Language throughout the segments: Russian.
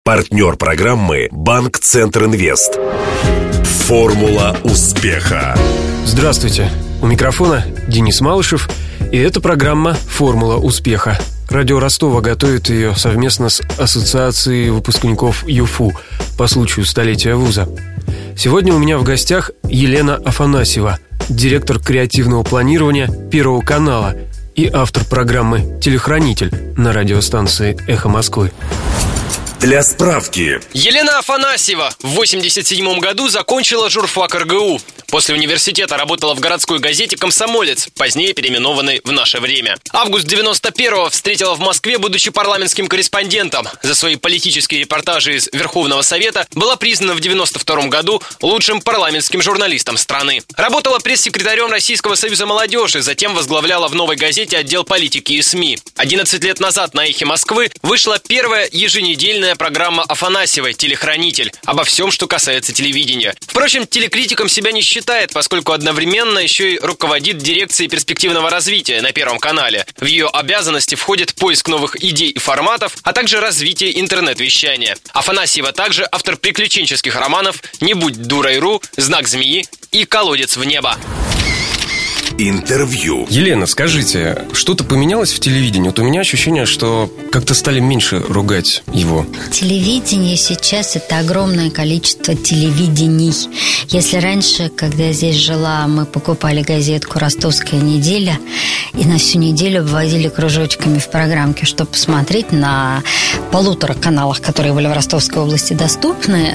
Партнер программы «Банк Центр Инвест». Формула успеха. Здравствуйте, у микрофона Денис Малышев, и это программа «Формула успеха». Радио Ростова готовит ее совместно с Ассоциацией выпускников ЮФУ по случаю столетия вуза. Сегодня у меня в гостях Елена Афанасьева, директор креативного планирования Первого канала и автор программы «Телехранитель» на радиостанции «Эхо Москвы». Для справки. Елена Афанасьева в 1987 году закончила журфак РГУ. После университета работала в городской газете «Комсомолец», позднее переименованной в «Наше время». Август 91-го встретила в Москве, будучи парламентским корреспондентом. За свои политические репортажи из Верховного Совета была признана в 92 году лучшим парламентским журналистом страны. Работала пресс-секретарем Российского союза молодежи, затем возглавляла в «Новой газете» отдел политики и СМИ. 11 лет назад на «Эхе Москвы» вышла первая еженедельная программа Афанасьевой «Телехранитель» обо всем, что касается телевидения. Впрочем, телекритиком себя не считает, поскольку одновременно еще и руководит дирекцией перспективного развития на Первом канале. В ее обязанности входит поиск новых идей и форматов, а также развитие интернет-вещания. Афанасьева также автор приключенческих романов «Не будь дурой.ру», «Знак змеи» и «Колодец в небо». Интервью. Елена, скажите, что-то поменялось в телевидении? Вот у меня ощущение, что как-то стали меньше ругать его. Телевидение сейчас — это огромное количество телевидений. Если раньше, когда я здесь жила, мы покупали газетку «Ростовская неделя» и на всю неделю обводили кружочками в программке, чтобы посмотреть на 1,5 каналах, которые были в Ростовской области доступны,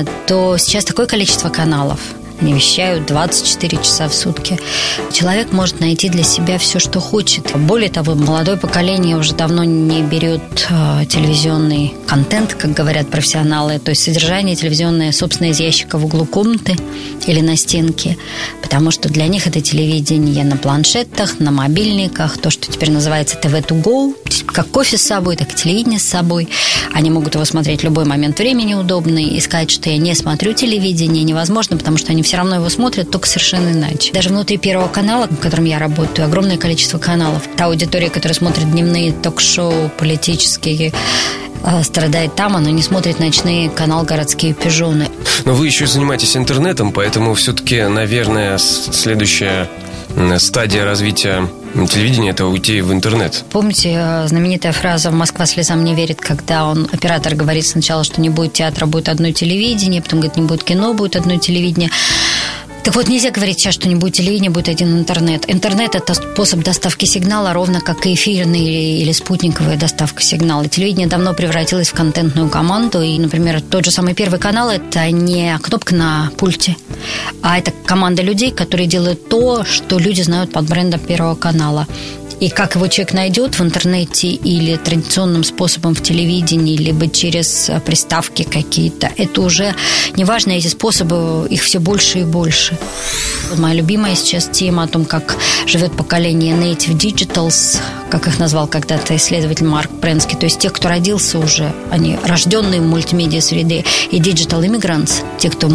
то сейчас такое количество каналов. Они вещают 24 часа в сутки. Человек может найти для себя все, что хочет. Более того, молодое поколение уже давно не берет телевизионный контент, как говорят профессионалы, то есть содержание телевизионное, собственно, из ящика в углу комнаты или на стенке, потому что для них это телевидение на планшетах, на мобильниках, то, что теперь называется TV2Go, как кофе с собой, так и телевидение с собой. Они могут его смотреть в любой момент времени удобный, и сказать, что я не смотрю телевидение, невозможно, потому что они все равно его смотрят, только совершенно иначе. Даже внутри Первого канала, в котором я работаю, огромное количество каналов. Та аудитория, которая смотрит дневные ток-шоу политические, страдает там, она не смотрит ночные канал «Городские пижоны». Но вы еще занимаетесь интернетом, поэтому все-таки, наверное, следующая стадия развития телевидения — это уйти в интернет. Помните знаменитая фраза «Москва слезам не верит», когда оператор говорит сначала, что не будет театра, будет одно телевидение, потом говорит, не будет кино, будет одно телевидение. Так вот, нельзя говорить сейчас, что не будет телевидения, будет один интернет. Интернет – это способ доставки сигнала, ровно как и эфирная или спутниковая доставка сигнала. Телевидение давно превратилось в контентную команду. И, например, тот же самый Первый канал – это не кнопка на пульте, а это команда людей, которые делают то, что люди знают под брендом Первого канала. И как его человек найдет в интернете или традиционным способом в телевидении, либо через приставки какие-то, это уже не важно, эти способы, их все больше и больше. Моя любимая сейчас тема о том, как живет поколение Native Digitals, как их назвал когда-то исследователь Марк Пренски, то есть те, кто родился уже, они рожденные в мультимедиа среде, и Digital Immigrants, те, кто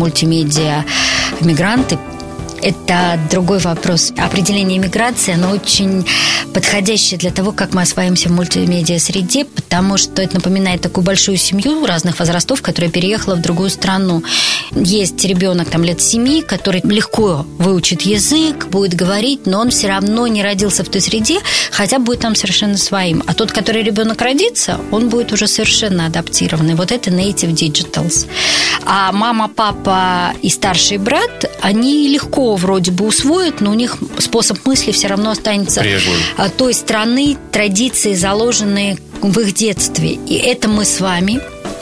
мультимедиа-мигранты. Это другой вопрос. Определение миграции, оно очень подходящее для того, как мы осваиваемся в мультимедиа-среде, потому что это напоминает такую большую семью разных возрастов, которая переехала в другую страну. Есть ребенок лет 7, который легко выучит язык, будет говорить, но он все равно не родился в той среде, хотя будет там совершенно своим. А тот, который ребенок родится, он будет уже совершенно адаптированный. Вот это Native Digitals. А мама, папа и старший брат, они легко вроде бы усвоят, но у них способ мысли все равно останется прежним. Той страны, традиции, заложенные в их детстве. И это мы с вами.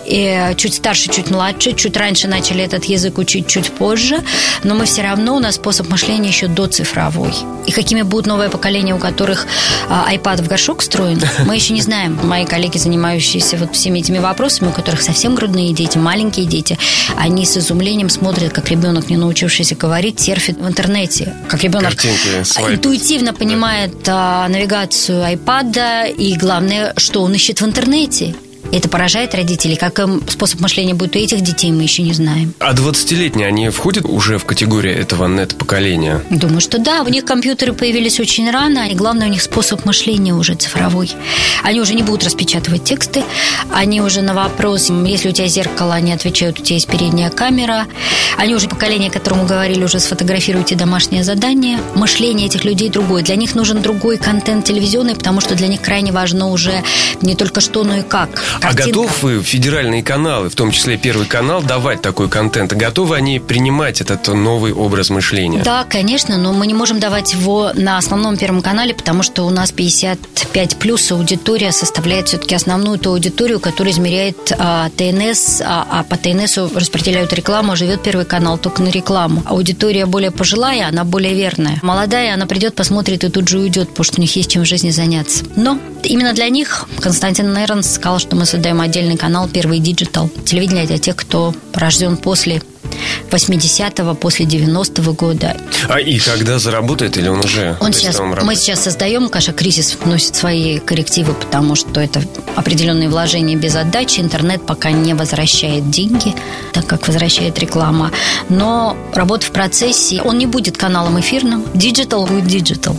И чуть старше, чуть младше, чуть раньше начали этот язык учить, чуть позже, но мы все равно, у нас способ мышления еще доцифровой. И какими будут новые поколения, у которых iPad в горшок встроен, мы еще не знаем. Мои коллеги, занимающиеся всеми этими вопросами, у которых совсем грудные дети, маленькие дети, они с изумлением смотрят, как ребенок, не научившийся говорить, серфит в интернете, как ребенок интуитивно понимает навигацию iPad, и главное, что он ищет в интернете. Это поражает родителей. Какой способ мышления будет у этих детей, мы еще не знаем. А 20-летние, они входят уже в категорию этого нет-поколения? Думаю, что да. У них компьютеры появились очень рано, и главное, у них способ мышления уже цифровой. Они уже не будут распечатывать тексты, они уже на вопрос, если у тебя зеркало, они отвечают, у тебя есть передняя камера. Они уже поколение, которому говорили, уже сфотографируйте домашнее задание. Мышление этих людей другое. Для них нужен другой контент телевизионный, потому что для них крайне важно уже не только что, но и как. Картинка. А готовы федеральные каналы, в том числе Первый канал, давать такой контент? Готовы они принимать этот новый образ мышления? Да, конечно, но мы не можем давать его на основном Первом канале, потому что у нас 55+, аудитория составляет все-таки основную ту аудиторию, которая измеряет ТНС, а по ТНСу распределяют рекламу, живет Первый канал только на рекламу. Аудитория более пожилая, она более верная. Молодая, она придет, посмотрит и тут же уйдет, потому что у них есть чем в жизни заняться. Но именно для них Константин Нернс сказал, что мы создаем отдельный канал «Первый Диджитал». Телевидение для тех, кто рожден после 80-го, после 90-го года. И когда заработает, или он уже? Мы сейчас создаем, конечно, кризис вносит свои коррективы, потому что это определенные вложения без отдачи. Интернет пока не возвращает деньги, так как возвращает реклама. Но работа в процессе. Он не будет каналом эфирным. Диджитал будет диджитал.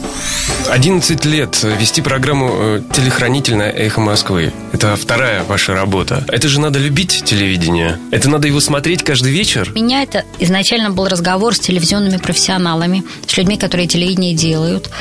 11 лет вести программу «Телехранительное эхо Москвы». Это вторая ваша работа. Это же надо любить телевидение. Это надо его смотреть каждый вечер. У меня это изначально был разговор с телевизионными профессионалами, с людьми, которые телевидение делают,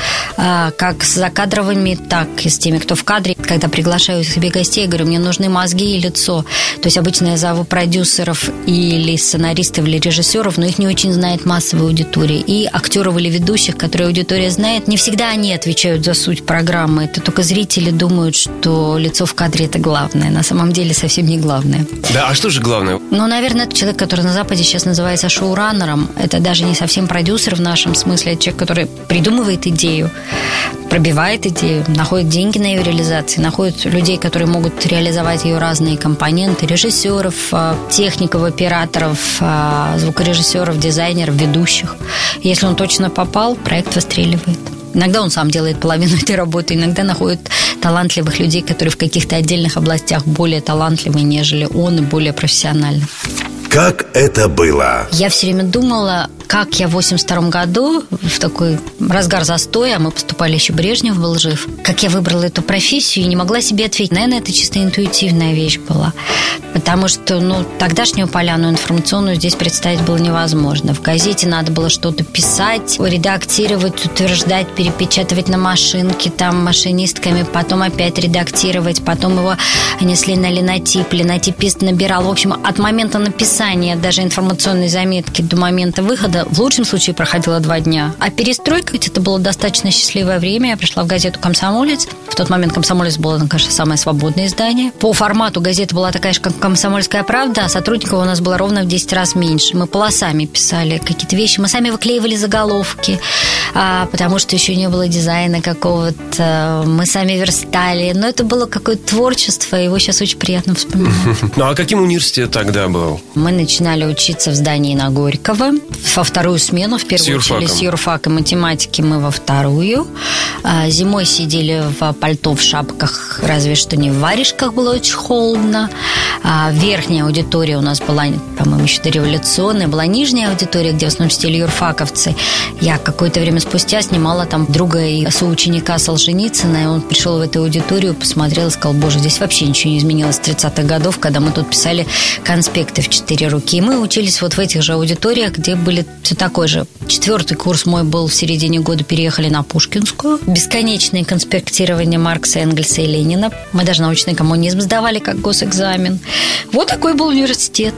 как с закадровыми, так и с теми, кто в кадре. Когда приглашаю к себе гостей, я говорю, мне нужны мозги и лицо. То есть обычно я зову продюсеров или сценаристов, или режиссеров, но их не очень знает массовая аудитория. И актеров или ведущих, которые аудитория знает, не всегда они отвечают за суть программы. Это только зрители думают, что лицо в кадре – это главное. На самом деле совсем не главное. Да, а что же главное? Наверное, это человек, который на Западе сейчас называется шоураннером. Это даже не совсем продюсер в нашем смысле. Это человек, который придумывает идею, пробивает идею, находит деньги на ее реализацию, находит людей, которые могут реализовать ее разные компоненты, режиссеров, техников, операторов, звукорежиссеров, дизайнеров, ведущих. Если он точно попал, проект выстреливает. Иногда он сам делает половину этой работы, иногда находит талантливых людей, которые в каких-то отдельных областях более талантливые, нежели он, и более профессиональны. Как это было? Я все время думала, как я в 82 году, в такой разгар застоя, мы поступали еще, Брежнев был жив, как я выбрала эту профессию и не могла себе ответить. Наверное, это чисто интуитивная вещь была. Потому что, тогдашнюю поляну информационную здесь представить было невозможно. В газете надо было что-то писать, редактировать, утверждать, перепечатывать на машинке, там, машинистками, потом опять редактировать, потом его несли на линотип, линотипист набирал. В общем, от момента написания даже информационной заметки до момента выхода в лучшем случае проходило 2 дня. А перестройка, ведь это было достаточно счастливое время. Я пришла в газету «Комсомолец». В тот момент «Комсомолец» было, конечно, самое свободное издание. По формату газета была такая же, как «Комсомольская правда», а сотрудников у нас было ровно в 10 раз меньше. Мы полосами писали какие-то вещи. Мы сами выклеивали заголовки, потому что еще не было дизайна какого-то. Мы сами верстали. Но это было какое-то творчество, его сейчас очень приятно вспоминать. А каким университет тогда был? Мы начинали учиться в здании на Горького во вторую смену. В первую учили с юрфаком математики, мы во вторую. Зимой сидели в пальто, в шапках, разве что не в варежках, было очень холодно. Верхняя аудитория у нас была, по-моему, еще дореволюционная. Была нижняя аудитория, где в основном сидели юрфаковцы. Я какое-то время спустя снимала там друга и соученика Солженицына, и он пришел в эту аудиторию, посмотрел и сказал: боже, здесь вообще ничего не изменилось с 30-х годов, когда мы тут писали конспекты в 4 руки. И мы учились вот в этих же аудиториях, где были все такой же. 4-й курс мой был в середине года, переехали на Пушкинскую. Бесконечное конспектирование Маркса, Энгельса и Ленина. Мы даже научный коммунизм сдавали как госэкзамен. Вот такой был университет.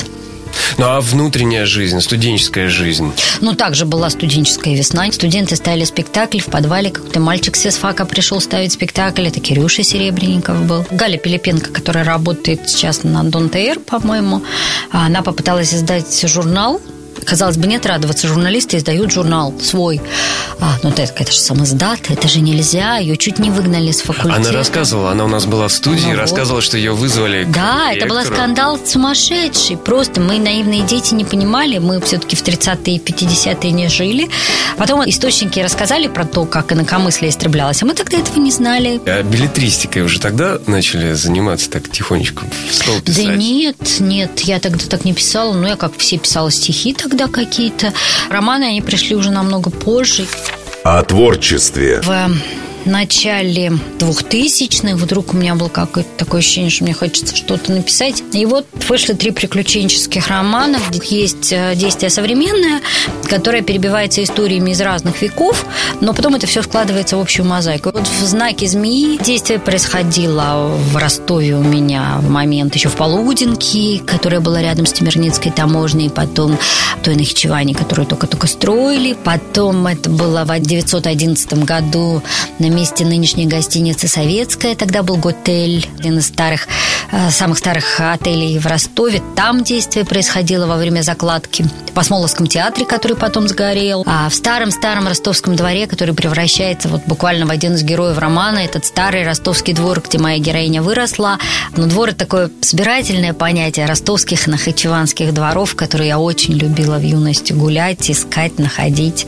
А внутренняя жизнь, студенческая жизнь? Также была студенческая весна. Студенты ставили спектакль в подвале. Какой-то мальчик с фака пришел ставить спектакль. Это Кирюша Серебренников был. Галя Пилипенко, которая работает сейчас на Дон ТР, по-моему, она попыталась издать журнал Казалось бы, нет радоваться, журналисты издают журнал свой. Это же самоздат, это же нельзя. Ее чуть не выгнали с факультета. Она рассказывала, она у нас была в студии, рассказывала, что ее вызвали к Да, директору. Это был скандал сумасшедший. Просто мы, наивные дети, не понимали. Мы все-таки в 30-е и 50-е не жили. Потом источники рассказали про то, как инакомыслие истреблялось. А мы тогда этого не знали. А беллетристикой уже тогда начали заниматься так тихонечко, в стол писать? Да нет, я тогда так не писала. Я, как все, писала стихи тогда какие-то. Романы, они пришли уже намного позже. О творчестве. В начале 2000-х вдруг у меня было какое-то такое ощущение, что мне хочется что-то написать. И вот вышли 3 приключенческих романа, где есть действие современное, которое перебивается историями из разных веков, но потом это все складывается в общую мозаику. Вот в «Знаке змеи» действие происходило в Ростове у меня в момент еще в Полудинке, которая была рядом с Тимирницкой таможней, потом в той Нахичеване, которую только-только строили, потом это было в 1911 году на месте нынешней гостиницы «Советская». Тогда был готель, один из самых старых отелей в Ростове. Там действие происходило во время закладки. В Смоловском театре, который потом сгорел. А в старом-старом ростовском дворе, который превращается вот буквально в один из героев романа, этот старый ростовский двор, где моя героиня выросла. Но двор – это такое собирательное понятие ростовских и нахичеванских дворов, которые я очень любила в юности гулять, искать, находить.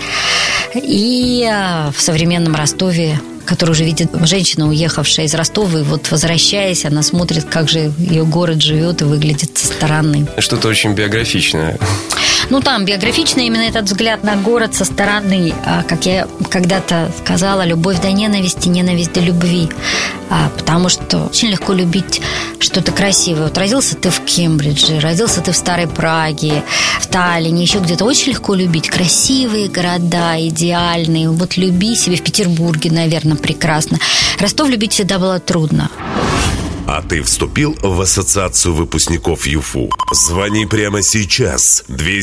И в современном Ростове, который уже видит женщина, уехавшая из Ростова, и вот возвращаясь, она смотрит, как же ее город живет и выглядит со стороны. Что-то очень биографичное. Там биографично именно этот взгляд на город со стороны. Как я когда-то сказала, любовь до ненависти, ненависть до любви. Потому что очень легко любить что-то красивое. Вот родился ты в Кембридже, родился ты в Старой Праге, в Таллине, еще где-то. Очень легко любить красивые города, идеальные. Вот люби себе в Петербурге, наверное, прекрасно. Ростов любить всегда было трудно. А ты вступил в ассоциацию выпускников ЮФУ? Звони прямо сейчас.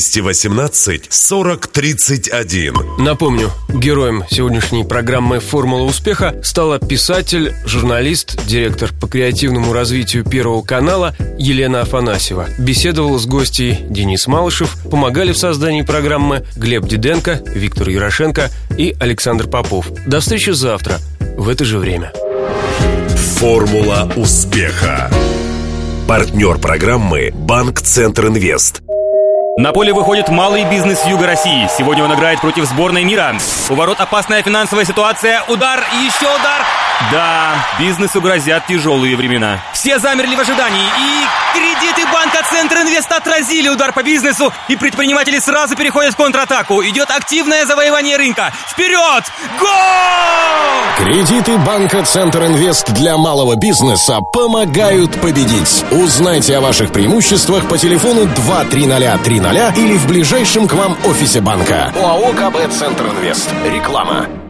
218-40-31. Напомню, героем сегодняшней программы «Формула успеха» стала писатель, журналист, директор по креативному развитию Первого канала Елена Афанасьева. Беседовала с гостьей Денис Малышев, помогали в создании программы Глеб Диденко, Виктор Ярошенко и Александр Попов. До встречи завтра в это же время. Формула успеха. Партнер программы «Банк Центр Инвест». На поле выходит малый бизнес Юга России. Сегодня он играет против сборной мира. У ворот опасная финансовая ситуация. Удар, еще удар. Да, бизнесу грозят тяжелые времена. Все замерли в ожидании. И кредиты банка Центр Инвест отразили удар по бизнесу. И предприниматели сразу переходят в контратаку. Идет активное завоевание рынка. Вперед! Гол! Кредиты банка Центр Инвест для малого бизнеса помогают победить. Узнайте о ваших преимуществах по телефону 230-30 или в ближайшем к вам офисе банка. ОАО КБ Центр Инвест. Реклама.